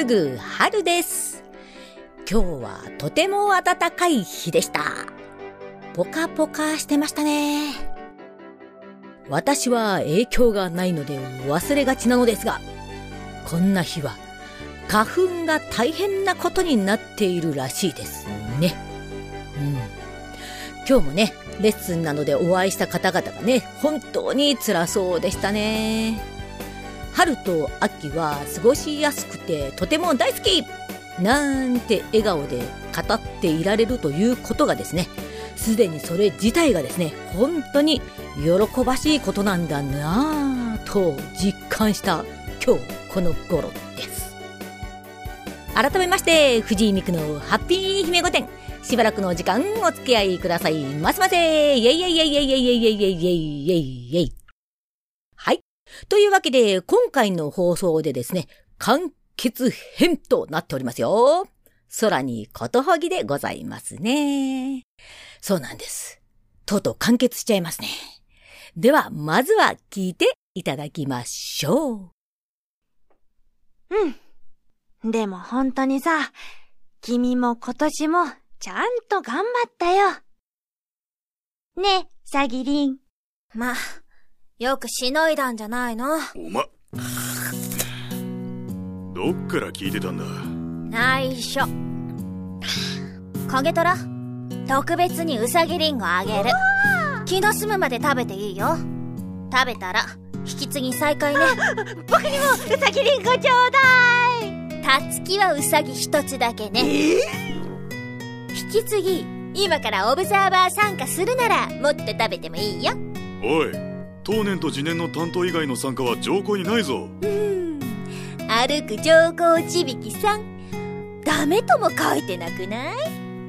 ぐ春です。今日はとても暖かい日でした。ポカポカしてましたね。私は影響がないので忘れがちなのですが、こんな日は花粉が大変なことになっているらしいですね。今日もね、レッスンなどでお会いした方々がね、本当に辛そうでしたね。春と秋は過ごしやすくてとても大好きなんて笑顔で語っていられるということがですね、すでにそれ自体がですね、本当に喜ばしいことなんだなぁと実感した今日この頃です。改めまして、藤井美久のハッピー姫御殿、しばらくの時間お付き合いくださいませませ。イエイイエイイエイイエイイエイイエイイエイイエイイエイイエイ。はい。というわけで、今回の放送でですね、完結編となっておりますよ。空にことほぎでございますね。そうなんです。とうとう完結しちゃいますね。では、まずは聞いていただきましょう。でも本当にさ、君も今年もちゃんと頑張ったよ。ねえ、さぎりん。 まあ、よくしのいだんじゃないの。 どっから聞いてたんだ。 内緒。影虎、特別にうさぎりんごあげる。気の済むまで食べていいよ。食べたら引き継ぎ再開ね。 僕にもうさぎりんごちょうだい。 たつきはうさぎ一つだけね。引き継ぎ、今からオブザーバー参加するならもっと食べてもいいよ。 おい、当年と次年の担当以外の参加は条項にないぞ。 歩く条項ちびきさん、ダメとも書いてなくない？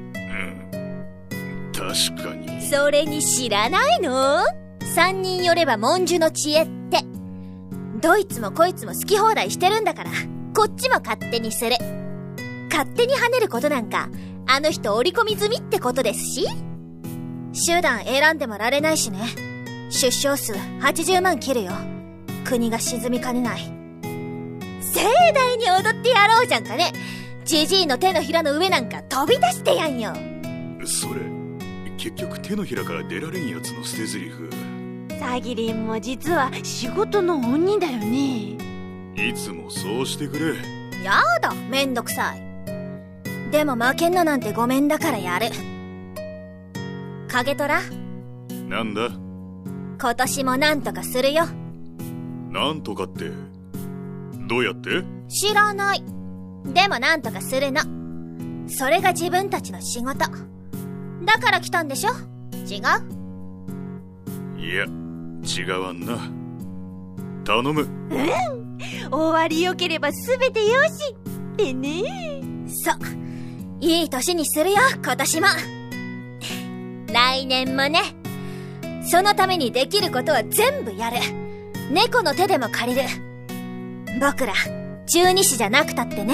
確かに。 それに知らないの？3人寄れば文殊の知恵って。どいつもこいつも好き放題してるんだから、こっちも勝手にする。勝手に跳ねることなんか、あの人織り込み済みってことですし。手段選んでもられないしね。出生数80万切るよ。国が沈みかねない。盛大に踊ってやろうじゃんかね。ジジイの手のひらの上なんか飛び出してやんよ。 それ結局手のひらから出られんやつの捨て台詞。 さぎりんも実は仕事の鬼だよね。 いつもそうしてくれ。 やだ、めんどくさい。でも負けんのなんてごめんだからやる。影虎、 なんだ。 今年もなんとかするよ。 なんとかってどうやって？ 知らない。でもなんとかするの。それが自分たちの仕事だから来たんでしょ。違う？ いや、違わんな。頼む。 終わりよければすべてよしってね。 そう、いい年にするよ、今年も。来年もね。そのためにできることは全部やる。猫の手でも借りる。僕ら中二子じゃなくたってね。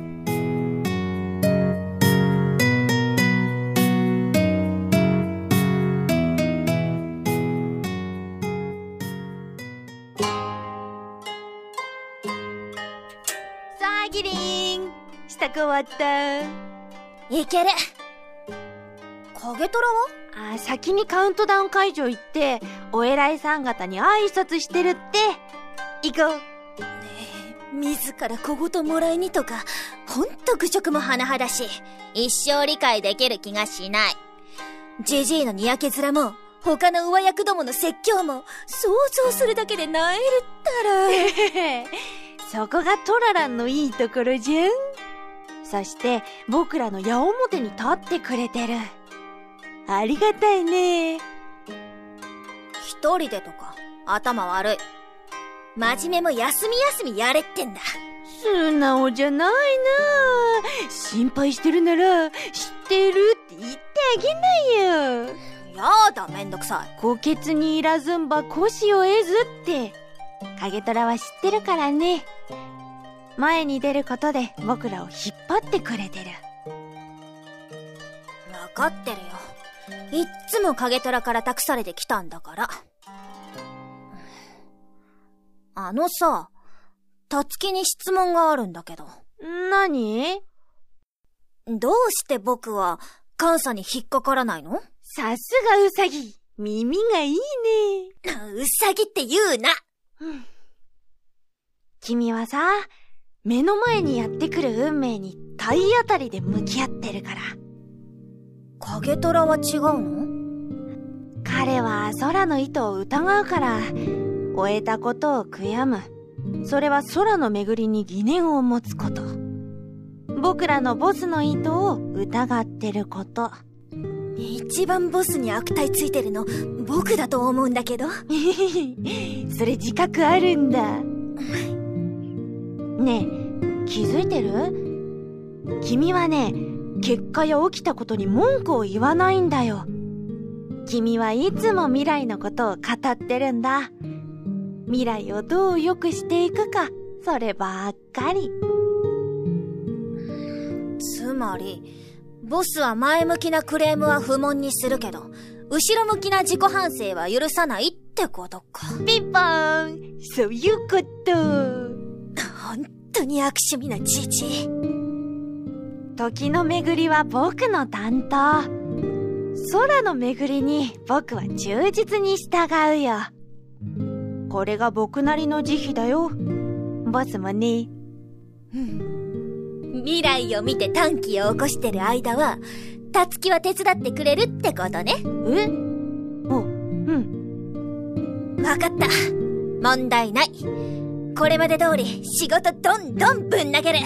さぎりん、支度終わった。 いける。影虎は？ 先にカウントダウン会場行ってお偉いさん方に挨拶してるって。行こう。 自ら小言もらいにとか、ほんと愚直も甚だしい。一生理解できる気がしない。ジジイのにやけ面も他の上役どもの説教も想像するだけで萎えるったらそこがトラランのいいところじゃん。そして僕らの矢面に立ってくれてる。ありがたいね。 一人でとか頭悪い。真面目も休みやれってんだ。 素直じゃないな。心配してるなら知ってるって言ってあげないよ。 やだ、めんどくさい。 虎穴にいらずんば腰を得ずって影虎は知ってるからね。前に出ることで僕らを引っ張ってくれてる。 わかってるよ。いっつも影虎から託されてきたんだから。さ、たつきに質問があるんだけど。 なに？ どうして僕は監査に引っかからないの？ さすがウサギ。耳がいいね。 ウサギって言うな。 君はさ、目の前にやってくる運命に体当たりで向き合ってるから。 影虎は違うの？ 彼は空の意図を疑うから、終えたことを悔やむ。それは空の巡りに疑念を持つこと。僕らのボスの意図を疑ってること。 一番ボスに悪態ついてるの僕だと思うんだけど。 それ自覚あるんだ。ねえ、気づいてる？君はね、結果や起きたことに文句を言わないんだよ。君はいつも未来のことを語ってるんだ。未来をどう良くしていくか、そればっかり。 つまり、ボスは前向きなクレームは不問にするけど、後ろ向きな自己反省は許さないってことか。 ピンポーン、そういうこと。 本当に悪趣味なじじい。 時の巡りは僕の担当。空の巡りに僕は忠実に従うよ。これが僕なりの慈悲だよ。ボスもね。 未来を見て短気を起こしてる間は、たつきは手伝ってくれるってことね。わかった。問題ない。これまで通り仕事どんどんぶん投げる。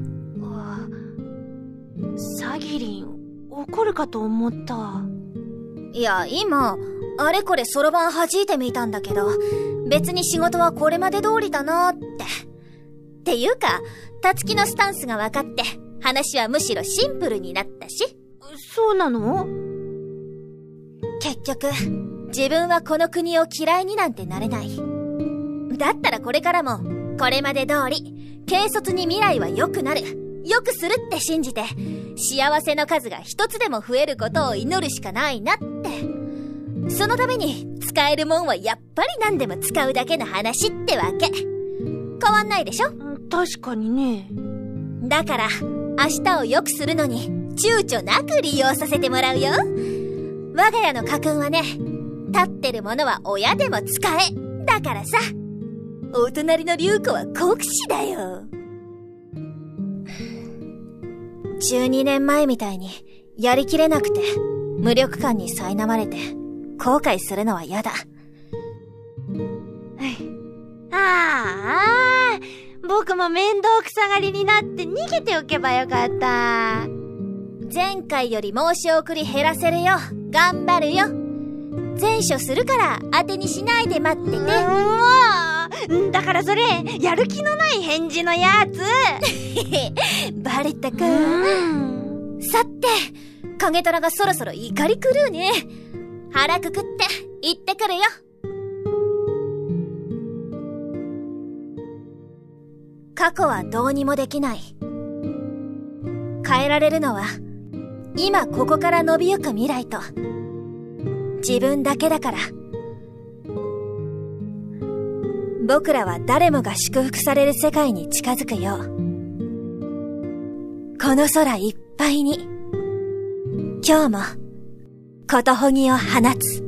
サギリン、怒るかと思った。 いや、今、あれこれそろばん弾いてみたんだけど、別に仕事はこれまで通りだなーって。っていうか、たつきのスタンスが分かって、話はむしろシンプルになったし。 そうなの？ 結局、自分はこの国を嫌いになんてなれない。だったらこれからも、これまで通り、軽率に未来は良くなる。良くするって信じて、幸せの数が一つでも増えることを祈るしかないなって。そのために、使えるもんはやっぱり何でも使うだけの話ってわけ。変わんないでしょ？ 確かにね。 だから、明日を良くするのに、躊躇なく利用させてもらうよ。我が家の家訓はね、立ってるものは親でも使え。だからさ、お隣の龍子は国士だよ。12年前みたいに、やりきれなくて、無力感に苛まれて、後悔するのは嫌だ。 僕も面倒くさがりになって逃げておけばよかった。 前回より申し送り減らせるよ。頑張るよ。善処するから当てにしないで待ってて。 だからそれ、やる気のない返事のやつ。 バレたか。さて、影虎がそろそろ怒り狂うね。腹くくって行ってくるよ。過去はどうにもできない。変えられるのは、今ここから伸びゆく未来と、自分だけだから。僕らは誰もが祝福される世界に近づくよう、この空いっぱいに、今日も、ことほぎを放つ。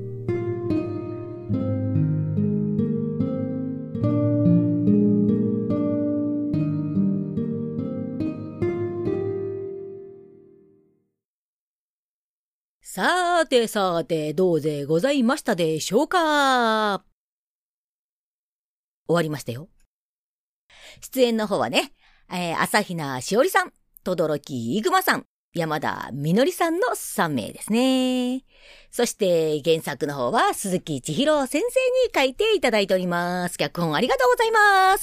さてさて、どうでございましたでしょうか？終わりましたよ。出演の方はね、朝比奈しおりさん、轟いぐまさん、山田みのりさんの3名ですね。そして原作の方は鈴木千尋先生に書いていただいております。脚本ありがとうございます。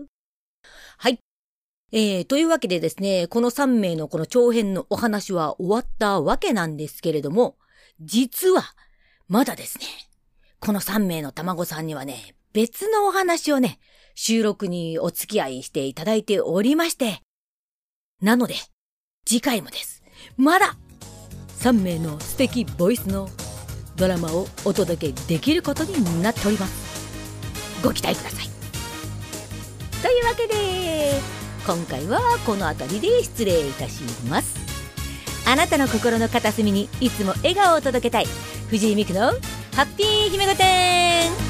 はい。というわけでですね、この3名のこの長編のお話は終わったわけなんですけれども、実はまだですね、この3名の卵さんにはね、別のお話をね、収録にお付き合いしていただいておりまして、なので、次回もです。まだ3名の素敵ボイスのドラマをお届けできることになっております。ご期待ください。というわけで、 今回はこの辺りで失礼いたします。あなたの心の片隅にいつも笑顔を届けたい藤井美久のハッピー姫御殿。